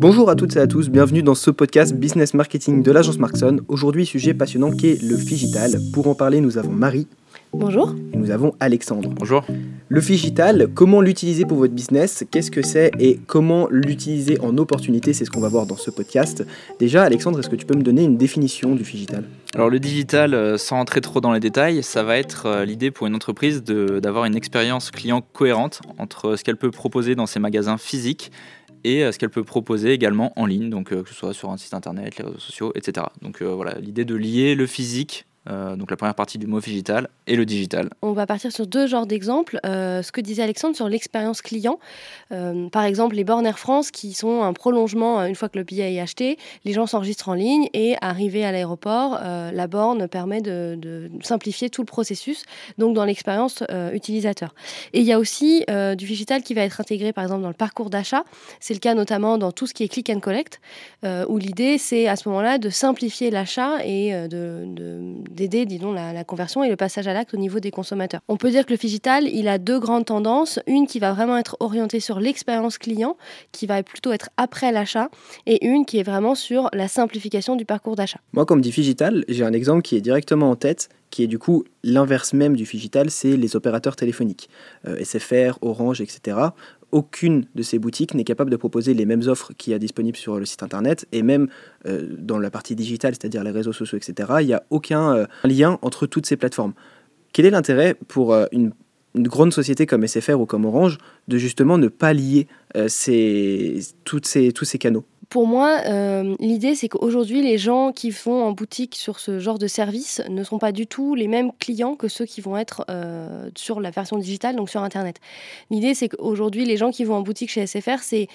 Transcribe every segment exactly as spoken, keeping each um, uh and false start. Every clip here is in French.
Bonjour à toutes et à tous, bienvenue dans ce podcast Business Marketing de l'agence Markson. Aujourd'hui, sujet passionnant qui est le Phygital. Pour en parler, nous avons Marie. Bonjour. Et nous avons Alexandre. Bonjour. Le Phygital, comment l'utiliser pour votre business? Qu'est-ce que c'est et comment l'utiliser en opportunité? C'est ce qu'on va voir dans ce podcast. Déjà, Alexandre, est-ce que tu peux me donner une définition du Phygital? Alors le digital, euh, sans entrer trop dans les détails, ça va être euh, l'idée pour une entreprise de, d'avoir une expérience client cohérente entre ce qu'elle peut proposer dans ses magasins physiques et euh, ce qu'elle peut proposer également en ligne, donc euh, que ce soit sur un site internet, les réseaux sociaux, et cetera. Donc euh, voilà, l'idée de lier le physique, euh, donc la première partie du mot Phygital, et le digital. On va partir sur deux genres d'exemples. Euh, ce que disait Alexandre sur l'expérience client. Euh, par exemple, les bornes Air France qui sont un prolongement, une fois que le billet est acheté, les gens s'enregistrent en ligne et arrivés à l'aéroport, euh, la borne permet de, de simplifier tout le processus, donc dans l'expérience euh, utilisateur. Et il y a aussi euh, du Phygital qui va être intégré par exemple dans le parcours d'achat. C'est le cas notamment dans tout ce qui est click and collect, euh, où l'idée c'est à ce moment-là de simplifier l'achat et euh, de, de d'aider, disons, la, la conversion et le passage à l'acte au niveau des consommateurs. On peut dire que le Phygital, il a deux grandes tendances. Une qui va vraiment être orientée sur l'expérience client, qui va plutôt être après l'achat, et une qui est vraiment sur la simplification du parcours d'achat. Moi, comme dit Phygital, j'ai un exemple qui est directement en tête, qui est du coup l'inverse même du Phygital, c'est les opérateurs téléphoniques. Euh, S F R, Orange, et cetera. Aucune de ces boutiques n'est capable de proposer les mêmes offres qu'il y a disponibles sur le site internet, et même euh, dans la partie digitale, c'est-à-dire les réseaux sociaux, et cetera, il n'y a aucun euh, lien entre toutes ces plateformes. Quel est l'intérêt pour euh, une, une grande société comme S F R ou comme Orange de justement ne pas lier euh, ces, toutes ces, tous ces canaux? Pour moi, euh, l'idée, c'est qu'aujourd'hui, les gens qui vont en boutique sur ce genre de service ne sont pas du tout les mêmes clients que ceux qui vont être euh, sur la version digitale, donc sur Internet. L'idée, c'est qu'aujourd'hui, les gens qui vont en boutique chez S F R, c'est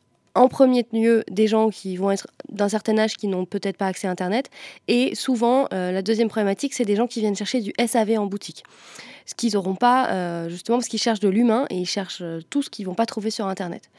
en premier lieu des gens qui vont être d'un certain âge qui n'ont peut-être pas accès à Internet. Et souvent, euh, la deuxième problématique, c'est des gens qui viennent chercher du S A V en boutique. Ce qu'ils n'auront pas, euh, justement, parce qu'ils cherchent de l'humain et ils cherchent euh, tout ce qu'ils ne vont pas trouver sur Internet.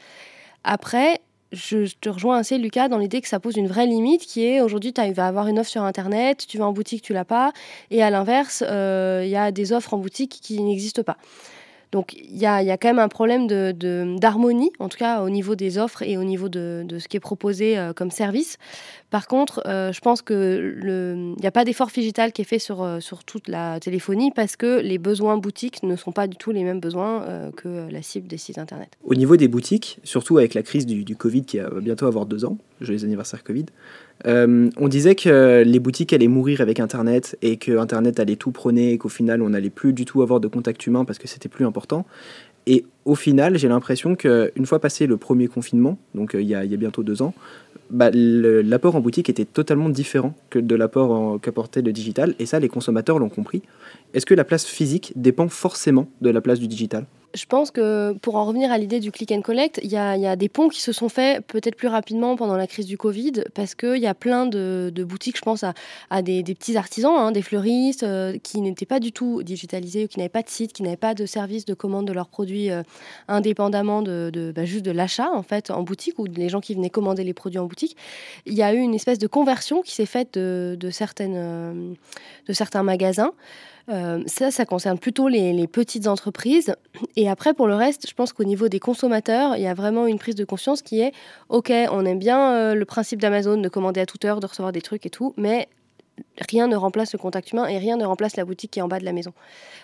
Après, je te rejoins assez, Lucas, dans l'idée que ça pose une vraie limite qui est aujourd'hui, tu vas avoir une offre sur Internet, tu vas en boutique, tu l'as pas. Et à l'inverse, il euh, y a des offres en boutique qui n'existent pas. Donc, il y a, y a quand même un problème de, de, d'harmonie, en tout cas au niveau des offres et au niveau de, de ce qui est proposé euh, comme service. Par contre, euh, je pense qu'il n'y a pas d'effort Phygital qui est fait sur, euh, sur toute la téléphonie parce que les besoins boutiques ne sont pas du tout les mêmes besoins euh, que la cible des sites Internet. Au niveau des boutiques, surtout avec la crise du, du Covid qui va bientôt avoir deux ans, joyeux anniversaire Covid, Euh, on disait que les boutiques allaient mourir avec Internet et que Internet allait tout prôner et qu'au final on n'allait plus du tout avoir de contact humain parce que c'était plus important. Et au final, j'ai l'impression qu'une fois passé le premier confinement, donc euh, il, y a, il y a bientôt deux ans, bah, le, l'apport en boutique était totalement différent que de l'apport en, qu'apportait le digital. Et ça, les consommateurs l'ont compris. Est-ce que la place physique dépend forcément de la place du digital ? Je pense que pour en revenir à l'idée du click and collect, il y a, y a des ponts qui se sont faits peut-être plus rapidement pendant la crise du Covid parce qu'il y a plein de, de boutiques, je pense à, à des, des petits artisans, hein, des fleuristes euh, qui n'étaient pas du tout digitalisés, ou qui n'avaient pas de site, qui n'avaient pas de service de commande de leurs produits euh, indépendamment de, de, bah, juste de l'achat en fait en boutique ou les gens qui venaient commander les produits en boutique. Il y a eu une espèce de conversion qui s'est faite de, de, certaines, euh, de certains magasins. Euh, ça, ça concerne plutôt les, les petites entreprises. Et après, pour le reste, je pense qu'au niveau des consommateurs, il y a vraiment une prise de conscience qui est « Ok, on aime bien euh, le principe d'Amazon de commander à toute heure, de recevoir des trucs et tout, mais rien ne remplace le contact humain et rien ne remplace la boutique qui est en bas de la maison. Euh, »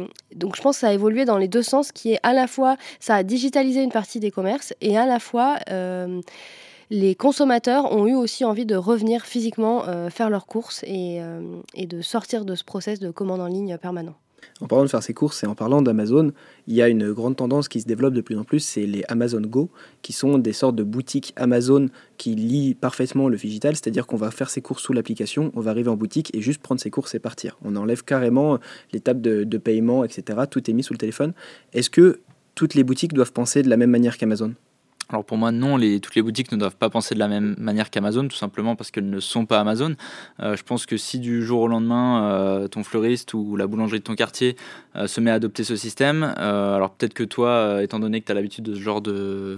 Donc, je pense que ça a évolué dans les deux sens, qui est à la fois, ça a digitalisé une partie des commerces et à la fois... Euh, les consommateurs ont eu aussi envie de revenir physiquement euh, faire leurs courses et, euh, et de sortir de ce process de commande en ligne permanent. En parlant de faire ses courses et en parlant d'Amazon, il y a une grande tendance qui se développe de plus en plus, c'est les Amazon Go, qui sont des sortes de boutiques Amazon qui lient parfaitement le Phygital, c'est-à-dire qu'on va faire ses courses sous l'application, on va arriver en boutique et juste prendre ses courses et partir. On enlève carrément l'étape de, de paiement, et cetera. Tout est mis sous le téléphone. Est-ce que toutes les boutiques doivent penser de la même manière qu'Amazon ? Alors pour moi, non, les, toutes les boutiques ne doivent pas penser de la même manière qu'Amazon, tout simplement parce qu'elles ne sont pas Amazon. Euh, je pense que si du jour au lendemain, euh, ton fleuriste ou la boulangerie de ton quartier euh, se met à adopter ce système, euh, alors peut-être que toi, euh, étant donné que tu as l'habitude de ce genre de,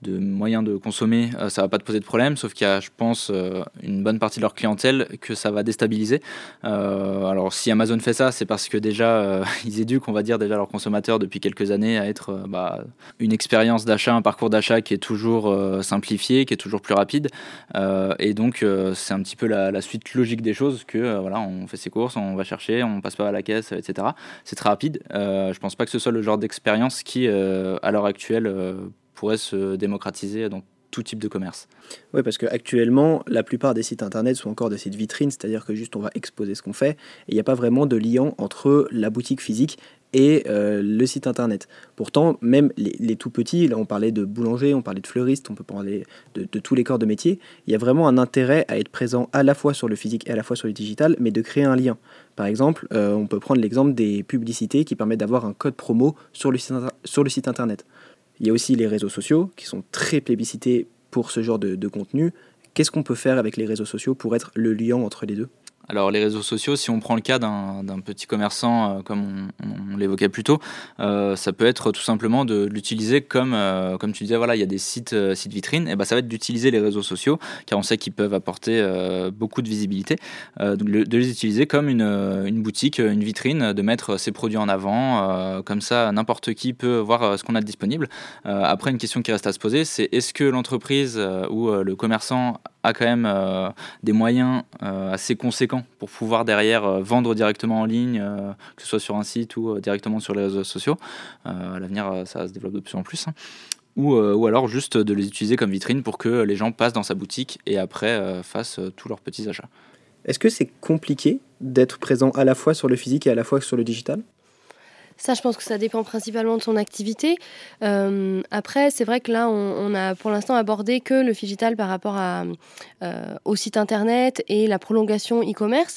de moyens de consommer, euh, ça va pas te poser de problème, sauf qu'il y a, je pense, euh, une bonne partie de leur clientèle que ça va déstabiliser. Euh, alors si Amazon fait ça, c'est parce que déjà euh, ils éduquent, on va dire, déjà leurs consommateurs depuis quelques années à être euh, bah, une expérience d'achat, un parcours d'achat qui est toujours euh, simplifié, qui est toujours plus rapide, euh, et donc euh, c'est un petit peu la, la suite logique des choses que euh, voilà, on fait ses courses, on va chercher, on passe pas à la caisse, et cetera. C'est très rapide. Euh, je pense pas que ce soit le genre d'expérience qui, euh, à l'heure actuelle, euh, pourrait se démocratiser dans tout type de commerce. Oui, parce qu'actuellement, la plupart des sites internet sont encore des sites vitrines, c'est-à-dire que juste on va exposer ce qu'on fait, et il n'y a pas vraiment de lien entre la boutique physique et euh, le site internet. Pourtant, même les, les tout petits, là on parlait de boulanger, on parlait de fleuriste, on peut parler de, de tous les corps de métier, il y a vraiment un intérêt à être présent à la fois sur le physique et à la fois sur le digital, mais de créer un lien. Par exemple, euh, on peut prendre l'exemple des publicités qui permettent d'avoir un code promo sur le site, sur le site internet. Il y a aussi les réseaux sociaux qui sont très plébiscités pour ce genre de, de contenu. Qu'est-ce qu'on peut faire avec les réseaux sociaux pour être le lien entre les deux ? Alors les réseaux sociaux, si on prend le cas d'un, d'un petit commerçant, euh, comme on, on, on l'évoquait plus tôt, euh, ça peut être tout simplement de, de l'utiliser comme, euh, comme tu disais, voilà, il y a des sites, euh, sites vitrines, et ben ça va être d'utiliser les réseaux sociaux, car on sait qu'ils peuvent apporter euh, beaucoup de visibilité, euh, donc le, de les utiliser comme une, une boutique, une vitrine, de mettre ses produits en avant, euh, comme ça n'importe qui peut voir ce qu'on a de disponible. Euh, après, une question qui reste à se poser, c'est est-ce que l'entreprise euh, ou euh, le commerçant a quand même euh, des moyens euh, assez conséquents pour pouvoir derrière euh, vendre directement en ligne, euh, que ce soit sur un site ou euh, directement sur les réseaux sociaux. Euh, à l'avenir, euh, ça se développe de plus en plus. Hein. Ou, euh, ou alors juste de les utiliser comme vitrine pour que les gens passent dans sa boutique et après euh, fassent euh, tous leurs petits achats. Est-ce que c'est compliqué d'être présent à la fois sur le physique et à la fois sur le digital ? Ça, je pense que ça dépend principalement de son activité. Euh, après, c'est vrai que là, on, on a pour l'instant abordé que le digital par rapport à, euh, au site internet et la prolongation e-commerce.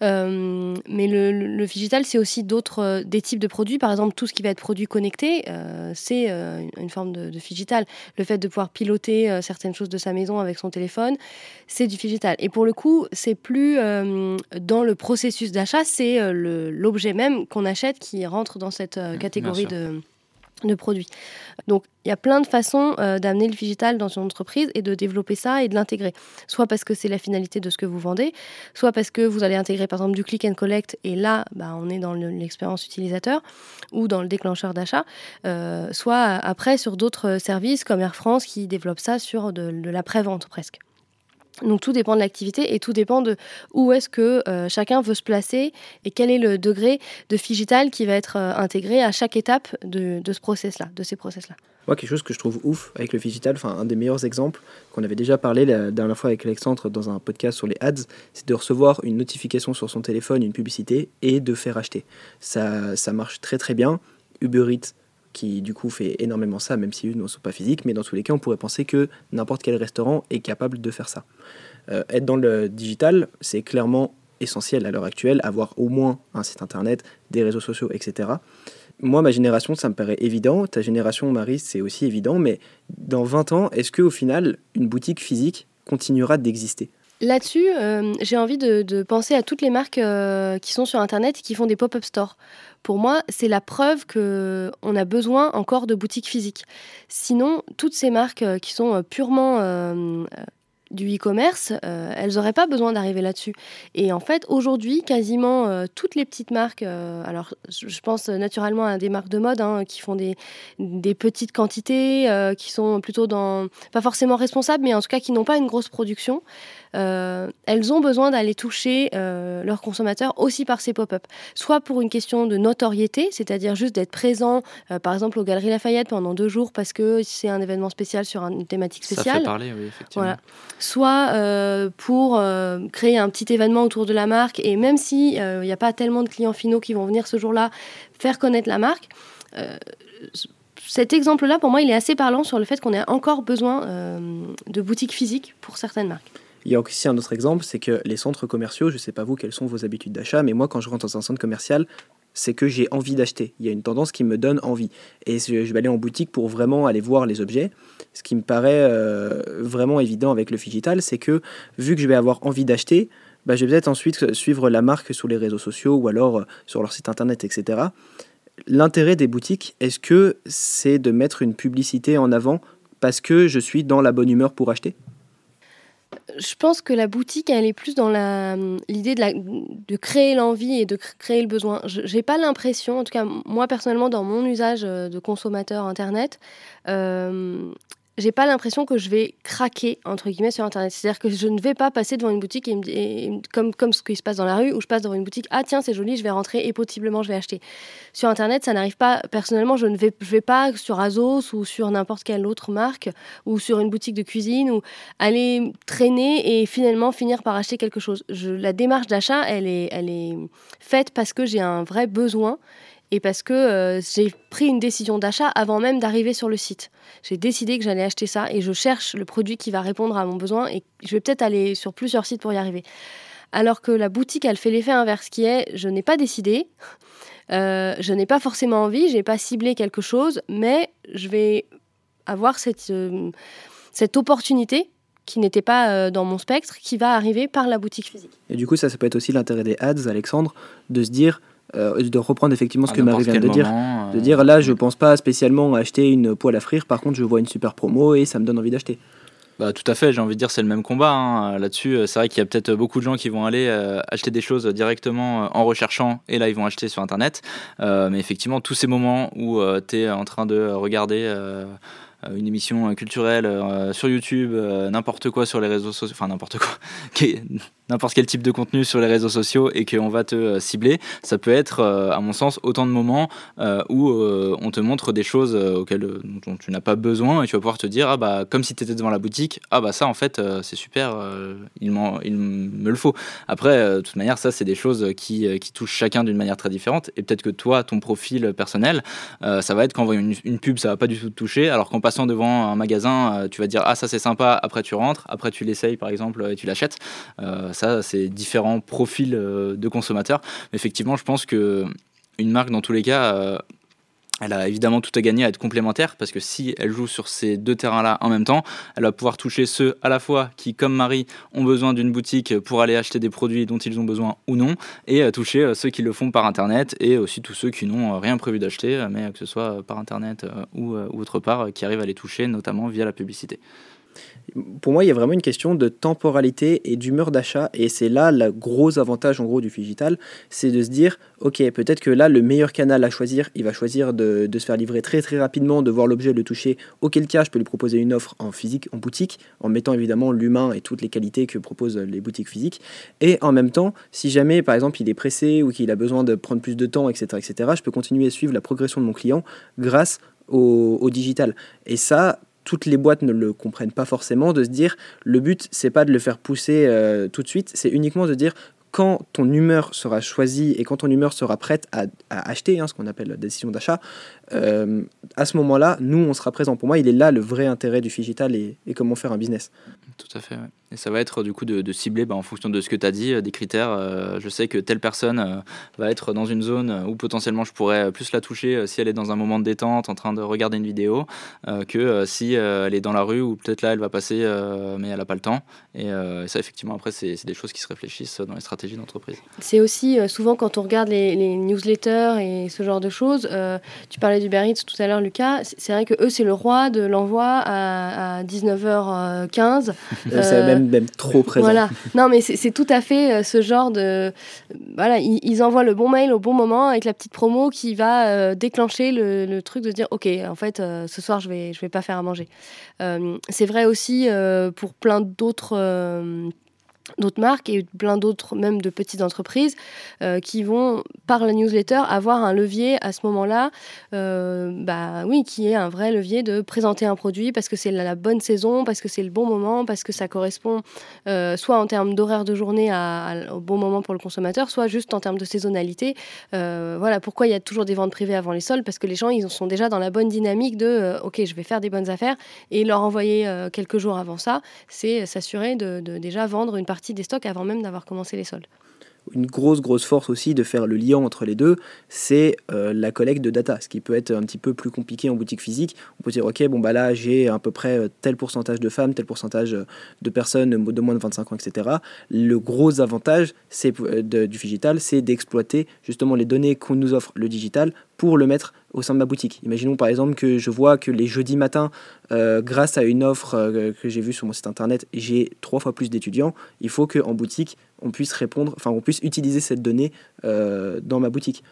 Euh, mais le, le digital, c'est aussi d'autres, euh, des types de produits. Par exemple, tout ce qui va être produit connecté, euh, c'est euh, une forme de, de digital. Le fait de pouvoir piloter euh, certaines choses de sa maison avec son téléphone, c'est du digital. Et pour le coup, c'est plus euh, dans le processus d'achat, c'est euh, le, l'objet même qu'on achète qui rentre dans cette euh, catégorie de, de produits. Donc, il y a plein de façons euh, d'amener le digital dans une entreprise et de développer ça et de l'intégrer. Soit parce que c'est la finalité de ce que vous vendez, soit parce que vous allez intégrer par exemple du click and collect et là, bah, on est dans le, l'expérience utilisateur ou dans le déclencheur d'achat, euh, soit après sur d'autres services comme Air France qui développent ça sur de, de la pré-vente presque. Donc tout dépend de l'activité et tout dépend de où est-ce que euh, chacun veut se placer et quel est le degré de digital qui va être euh, intégré à chaque étape de, de ce process-là, de ces process-là. Moi, quelque chose que je trouve ouf avec le digital, enfin un des meilleurs exemples qu'on avait déjà parlé la dernière fois avec Alexandre dans un podcast sur les ads, c'est de recevoir une notification sur son téléphone, une publicité et de faire acheter. Ça, ça marche très très bien. Uber Eats, qui du coup fait énormément ça, même si eux ne sont pas physiques, mais dans tous les cas, on pourrait penser que n'importe quel restaurant est capable de faire ça. Euh, être dans le digital, c'est clairement essentiel à l'heure actuelle, avoir au moins un site internet, des réseaux sociaux, et cetera. Moi, ma génération, ça me paraît évident. Ta génération, Marie, c'est aussi évident, mais dans vingt ans, est-ce qu'au final, une boutique physique continuera d'exister ? Là-dessus, euh, j'ai envie de, de penser à toutes les marques euh, qui sont sur Internet et qui font des pop-up stores. Pour moi, c'est la preuve qu'on a besoin encore de boutiques physiques. Sinon, toutes ces marques euh, qui sont euh, purement euh, du e-commerce, euh, elles n'auraient pas besoin d'arriver là-dessus. Et en fait, aujourd'hui, quasiment euh, toutes les petites marques, euh, alors je pense naturellement à des marques de mode hein, qui font des, des petites quantités, euh, qui sont plutôt dans, pas forcément responsables, mais en tout cas qui n'ont pas une grosse production, euh, elles ont besoin d'aller toucher euh, leurs consommateurs aussi par ces pop-up. Soit pour une question de notoriété, c'est-à-dire juste d'être présent, euh, par exemple aux Galeries Lafayette pendant deux jours parce que c'est un événement spécial sur une thématique spéciale. Ça fait parler, oui, effectivement. Voilà. Soit euh, pour euh, créer un petit événement autour de la marque et même s'il n'y euh, a pas tellement de clients finaux qui vont venir ce jour-là, faire connaître la marque. Euh, cet exemple-là, pour moi, il est assez parlant sur le fait qu'on a encore besoin euh, de boutiques physiques pour certaines marques. Il y a aussi un autre exemple, c'est que les centres commerciaux, je ne sais pas vous quelles sont vos habitudes d'achat, mais moi quand je rentre dans un centre commercial, c'est que j'ai envie d'acheter. Il y a une tendance qui me donne envie. Et je vais aller en boutique pour vraiment aller voir les objets. Ce qui me paraît euh, vraiment évident avec le digital, c'est que vu que je vais avoir envie d'acheter, bah, je vais peut-être ensuite suivre la marque sur les réseaux sociaux ou alors euh, sur leur site internet, et cetera. L'intérêt des boutiques, est-ce que c'est de mettre une publicité en avant parce que je suis dans la bonne humeur pour acheter ? Je pense que la boutique, elle est plus dans la, l'idée de, la, de créer l'envie et de créer le besoin. Je n'ai pas l'impression, en tout cas moi personnellement dans mon usage de consommateur Internet, euh, j'ai pas l'impression que je vais craquer entre guillemets sur Internet. C'est-à-dire que je ne vais pas passer devant une boutique et, me, et comme, comme ce qui se passe dans la rue où je passe devant une boutique, ah tiens c'est joli, je vais rentrer et possiblement je vais acheter. Sur Internet, ça n'arrive pas. Personnellement, je ne vais, je vais pas sur Azos ou sur n'importe quelle autre marque ou sur une boutique de cuisine ou aller traîner et finalement finir par acheter quelque chose. Je, la démarche d'achat, elle est, elle est faite parce que j'ai un vrai besoin. Et parce que euh, j'ai pris une décision d'achat avant même d'arriver sur le site. J'ai décidé que j'allais acheter ça et je cherche le produit qui va répondre à mon besoin et je vais peut-être aller sur plusieurs sites pour y arriver. Alors que la boutique, elle fait l'effet inverse qui est, je n'ai pas décidé, euh, je n'ai pas forcément envie, je n'ai pas ciblé quelque chose, mais je vais avoir cette, euh, cette opportunité qui n'était pas euh, dans mon spectre, qui va arriver par la boutique physique. Et du coup, ça, ça peut être aussi l'intérêt des ads, Alexandre, de se dire... Euh, de reprendre effectivement ce à que Marie vient de dire, moment, euh... de dire là je pense pas spécialement à acheter une poêle à frire, par contre je vois une super promo et ça me donne envie d'acheter. Bah, tout à fait, j'ai envie de dire c'est le même combat hein. Là-dessus, c'est vrai qu'il y a peut-être beaucoup de gens qui vont aller euh, acheter des choses directement euh, en recherchant et là ils vont acheter sur internet, euh, mais effectivement tous ces moments où euh, tu es en train de regarder euh, une émission culturelle euh, sur YouTube, euh, n'importe quoi sur les réseaux sociaux, enfin n'importe quoi, n'importe quel type de contenu sur les réseaux sociaux et qu'on va te euh, cibler, ça peut être, euh, à mon sens, autant de moments euh, où euh, on te montre des choses euh, auxquelles euh, dont tu n'as pas besoin et tu vas pouvoir te dire, ah bah, comme si tu étais devant la boutique, ah bah ça en fait euh, c'est super, euh, il, il me le faut. Après, euh, de toute manière, ça c'est des choses qui, euh, qui touchent chacun d'une manière très différente et peut-être que toi, ton profil personnel, euh, ça va être qu'en voyant une, une pub, ça va pas du tout te toucher, alors qu'en passant devant un magasin, euh, tu vas dire, ah ça c'est sympa, après tu rentres, après tu l'essayes par exemple et tu l'achètes. Euh, Ça, c'est différents profils de consommateurs. Mais effectivement, je pense qu'une marque, dans tous les cas, euh, elle a évidemment tout à gagner à être complémentaire parce que si elle joue sur ces deux terrains-là en même temps, elle va pouvoir toucher ceux à la fois qui, comme Marie, ont besoin d'une boutique pour aller acheter des produits dont ils ont besoin ou non, et toucher ceux qui le font par Internet et aussi tous ceux qui n'ont rien prévu d'acheter, mais que ce soit par Internet ou, ou autre part, qui arrivent à les toucher, notamment via la publicité. Pour moi, il y a vraiment une question de temporalité et d'humeur d'achat. Et c'est là le gros avantage en gros du digital, c'est de se dire, ok, peut-être que là, le meilleur canal à choisir, il va choisir de, de se faire livrer très très rapidement, de voir l'objet, de le toucher. Auquel cas, je peux lui proposer une offre en physique, en boutique, en mettant évidemment l'humain et toutes les qualités que proposent les boutiques physiques. Et en même temps, si jamais, par exemple, il est pressé ou qu'il a besoin de prendre plus de temps, et cetera, et cetera, je peux continuer à suivre la progression de mon client grâce au, au digital. Et ça... toutes les boîtes ne le comprennent pas forcément, de se dire le but c'est pas de le faire pousser euh, tout de suite, c'est uniquement de dire quand ton humeur sera choisie et quand ton humeur sera prête à, à acheter, hein, ce qu'on appelle la décision d'achat, euh, à ce moment-là, nous on sera présent. Pour moi, il est là le vrai intérêt du digital et, et comment faire un business. Tout à fait, ouais. Et ça va être du coup de, de cibler bah, en fonction de ce que tu as dit, euh, des critères. Euh, je sais que telle personne euh, va être dans une zone où potentiellement je pourrais plus la toucher euh, si elle est dans un moment de détente, en train de regarder une vidéo, euh, que euh, si euh, elle est dans la rue où peut-être là elle va passer euh, mais elle n'a pas le temps. Et, euh, et ça effectivement après c'est, c'est des choses qui se réfléchissent dans les stratégies d'entreprise. C'est aussi euh, souvent quand on regarde les, les newsletters et ce genre de choses, euh, tu parlais d'Uber Eats tout à l'heure Lucas, c'est, c'est vrai que eux c'est le roi de l'envoi à, à dix-neuf heures quinze. Euh, c'est même, même trop présent. Voilà. Non, mais c'est, c'est tout à fait euh, ce genre de... Voilà, ils, ils envoient le bon mail au bon moment avec la petite promo qui va euh, déclencher le, le truc de se dire « Ok, en fait, euh, ce soir, je vais, je vais pas faire à manger. Euh, » C'est vrai aussi euh, pour plein d'autres... Euh, d'autres marques et plein d'autres, même de petites entreprises, euh, qui vont, par la newsletter, avoir un levier à ce moment-là, euh, bah oui, qui est un vrai levier de présenter un produit parce que c'est la, la bonne saison, parce que c'est le bon moment, parce que ça correspond euh, soit en termes d'horaire de journée à, à, au bon moment pour le consommateur, soit juste en termes de saisonnalité. Euh, voilà, pourquoi il y a toujours des ventes privées avant les soldes, parce que les gens, ils sont déjà dans la bonne dynamique de euh, « Ok, je vais faire des bonnes affaires » et leur envoyer euh, quelques jours avant ça, c'est s'assurer de, de déjà vendre une partie des stocks avant même d'avoir commencé les soldes. Une grosse, grosse force aussi de faire le lien entre les deux, c'est euh, la collecte de data, ce qui peut être un petit peu plus compliqué en boutique physique. On peut dire, ok, bon, bah là, j'ai à peu près tel pourcentage de femmes, tel pourcentage de personnes de moins de vingt-cinq ans, et cetera. Le gros avantage c'est, de, du digital, c'est d'exploiter justement les données qu'on nous offre le digital pour le mettre au sein de ma boutique. Imaginons par exemple que je vois que les jeudis matins, euh, grâce à une offre euh, que j'ai vue sur mon site internet, j'ai trois fois plus d'étudiants. Il faut qu'en boutique, on puisse répondre, enfin on puisse utiliser cette donnée euh, dans ma boutique.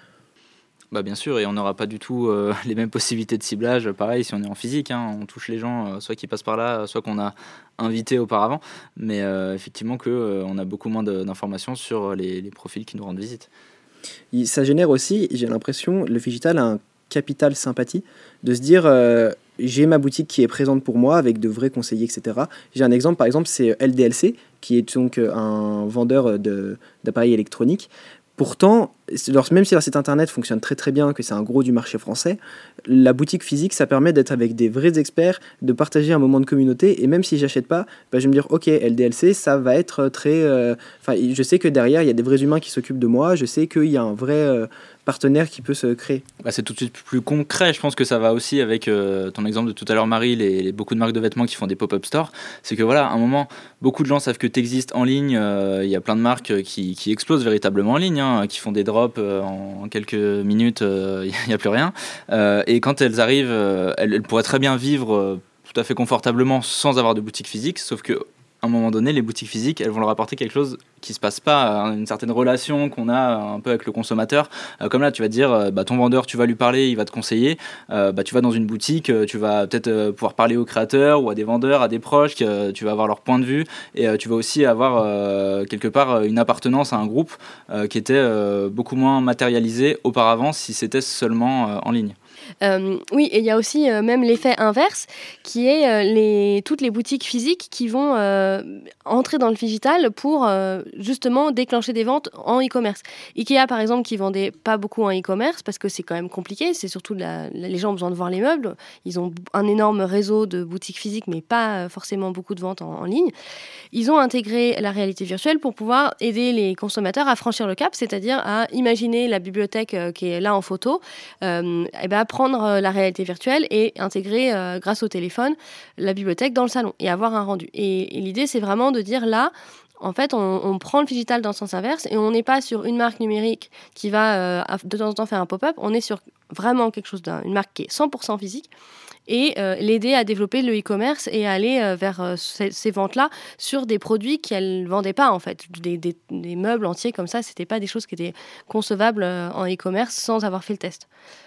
Bah bien sûr, et on n'aura pas du tout euh, les mêmes possibilités de ciblage. Pareil, si on est en physique, hein, on touche les gens, euh, soit qui passent par là, soit qu'on a invité auparavant. Mais euh, effectivement, que, euh, on a beaucoup moins de, d'informations sur les, les profils qui nous rendent visite. Il, ça génère aussi, j'ai l'impression, le Phygital a un capital sympathie, de se dire euh, j'ai ma boutique qui est présente pour moi avec de vrais conseillers, et cetera. J'ai un exemple, par exemple, c'est L D L C, qui est donc un vendeur de, d'appareils électroniques. Pourtant, même si leur site internet fonctionne très très bien, que c'est un gros du marché français, la boutique physique, ça permet d'être avec des vrais experts, de partager un moment de communauté, et même si j'achète pas, bah, je vais me dire ok, L D L C, ça va être très... Enfin, euh, je sais que derrière, il y a des vrais humains qui s'occupent de moi, je sais qu'il y a un vrai euh, partenaire qui peut se créer. Bah, c'est tout de suite plus concret, je pense que ça va aussi avec euh, ton exemple de tout à l'heure Marie, les, les, beaucoup de marques de vêtements qui font des pop-up stores, c'est que voilà, à un moment, beaucoup de gens savent que tu existes en ligne, il euh, y a plein de marques qui, qui explosent véritablement en ligne, hein, qui font des drops euh, en quelques minutes, il euh, n'y a plus rien. Euh, et quand elles arrivent, euh, elles, elles pourraient très bien vivre euh, tout à fait confortablement sans avoir de boutique physique, sauf que à un moment donné, les boutiques physiques, elles vont leur apporter quelque chose qui ne se passe pas, une certaine relation qu'on a un peu avec le consommateur. Euh, comme là, tu vas te dire, euh, bah, ton vendeur, tu vas lui parler, il va te conseiller. Euh, bah, tu vas dans une boutique, euh, tu vas peut-être euh, pouvoir parler aux créateurs ou à des vendeurs, à des proches, que, tu vas avoir leur point de vue et euh, tu vas aussi avoir euh, quelque part une appartenance à un groupe euh, qui était euh, beaucoup moins matérialisé auparavant si c'était seulement euh, en ligne. Euh, oui, et il y a aussi euh, même l'effet inverse, qui est euh, les, toutes les boutiques physiques qui vont euh, entrer dans le Phygital pour euh, justement déclencher des ventes en e-commerce. Ikea, par exemple, qui vendait pas beaucoup en e-commerce, parce que c'est quand même compliqué, c'est surtout la, la, les gens ont besoin de voir les meubles, ils ont un énorme réseau de boutiques physiques, mais pas forcément beaucoup de ventes en, en ligne. Ils ont intégré la réalité virtuelle pour pouvoir aider les consommateurs à franchir le cap, c'est-à-dire à imaginer la bibliothèque euh, qui est là en photo, euh, et ben, prendre la réalité virtuelle et intégrer, euh, grâce au téléphone, la bibliothèque dans le salon et avoir un rendu. Et, et l'idée, c'est vraiment de dire là, en fait, on, on prend le Phygital dans le sens inverse et on n'est pas sur une marque numérique qui va euh, de temps en temps faire un pop-up, on est sur vraiment quelque chose d'une marque qui est cent pour cent physique et euh, l'aider à développer le e-commerce et à aller euh, vers euh, ces, ces ventes-là sur des produits qu'elle ne vendait pas, en fait. Des, des, des meubles entiers comme ça, ce n'étaient pas des choses qui étaient concevables euh, en e-commerce sans avoir fait le test.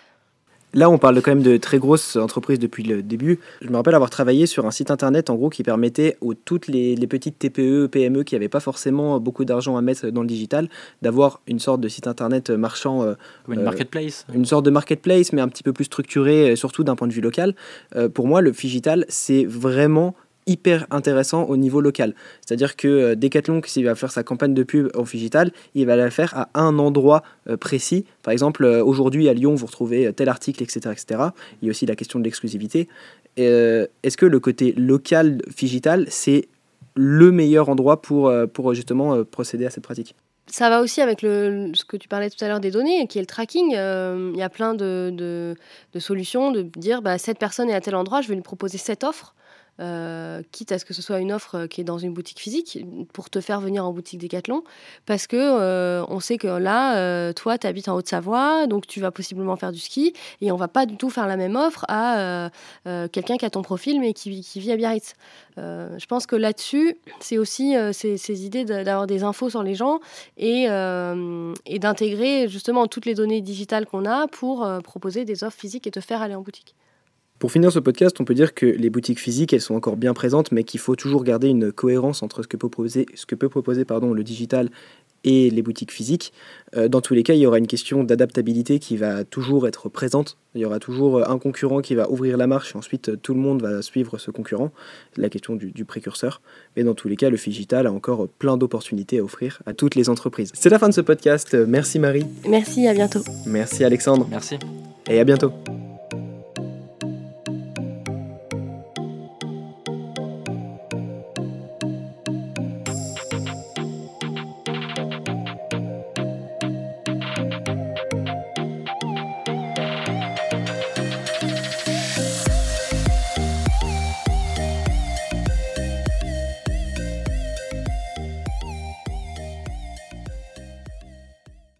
Là, on parle quand même de très grosses entreprises depuis le début. Je me rappelle avoir travaillé sur un site internet en gros qui permettait aux toutes les, les petites T P E, P M E qui n'avaient pas forcément beaucoup d'argent à mettre dans le digital, d'avoir une sorte de site internet marchand. Euh, une marketplace. Euh, une sorte de marketplace, mais un petit peu plus structuré, surtout d'un point de vue local. Euh, pour moi, le Phygital, c'est vraiment hyper intéressant au niveau local. C'est-à-dire que euh, Decathlon, s'il va faire sa campagne de pub en Phygital, il va la faire à un endroit euh, précis. Par exemple, euh, aujourd'hui à Lyon, vous retrouvez tel article, et cetera, et cetera. Il y a aussi la question de l'exclusivité. Euh, est-ce que le côté local Phygital, c'est le meilleur endroit pour, euh, pour justement euh, procéder à cette pratique ? Ça va aussi avec le, ce que tu parlais tout à l'heure des données, qui est le tracking. Il euh, y a plein de, de, de solutions de dire bah, cette personne est à tel endroit, je vais lui proposer cette offre. Euh, quitte à ce que ce soit une offre qui est dans une boutique physique pour te faire venir en boutique Decathlon parce que euh, on sait que là euh, toi tu habites en Haute-Savoie donc tu vas possiblement faire du ski et on va pas du tout faire la même offre à euh, euh, quelqu'un qui a ton profil mais qui, qui vit à Biarritz. Euh, je pense que là-dessus c'est aussi euh, ces, ces idées de, d'avoir des infos sur les gens et, euh, et d'intégrer justement toutes les données digitales qu'on a pour euh, proposer des offres physiques et te faire aller en boutique. Pour finir ce podcast, on peut dire que les boutiques physiques, elles sont encore bien présentes, mais qu'il faut toujours garder une cohérence entre ce que peut proposer, ce que peut proposer pardon, le digital et les boutiques physiques. Euh, dans tous les cas, il y aura une question d'adaptabilité qui va toujours être présente. Il y aura toujours un concurrent qui va ouvrir la marche, et ensuite tout le monde va suivre ce concurrent. C'est la question du, du précurseur. Mais dans tous les cas, le Phygital a encore plein d'opportunités à offrir à toutes les entreprises. C'est la fin de ce podcast. Merci Marie. Merci, à bientôt. Merci Alexandre. Merci. Et à bientôt.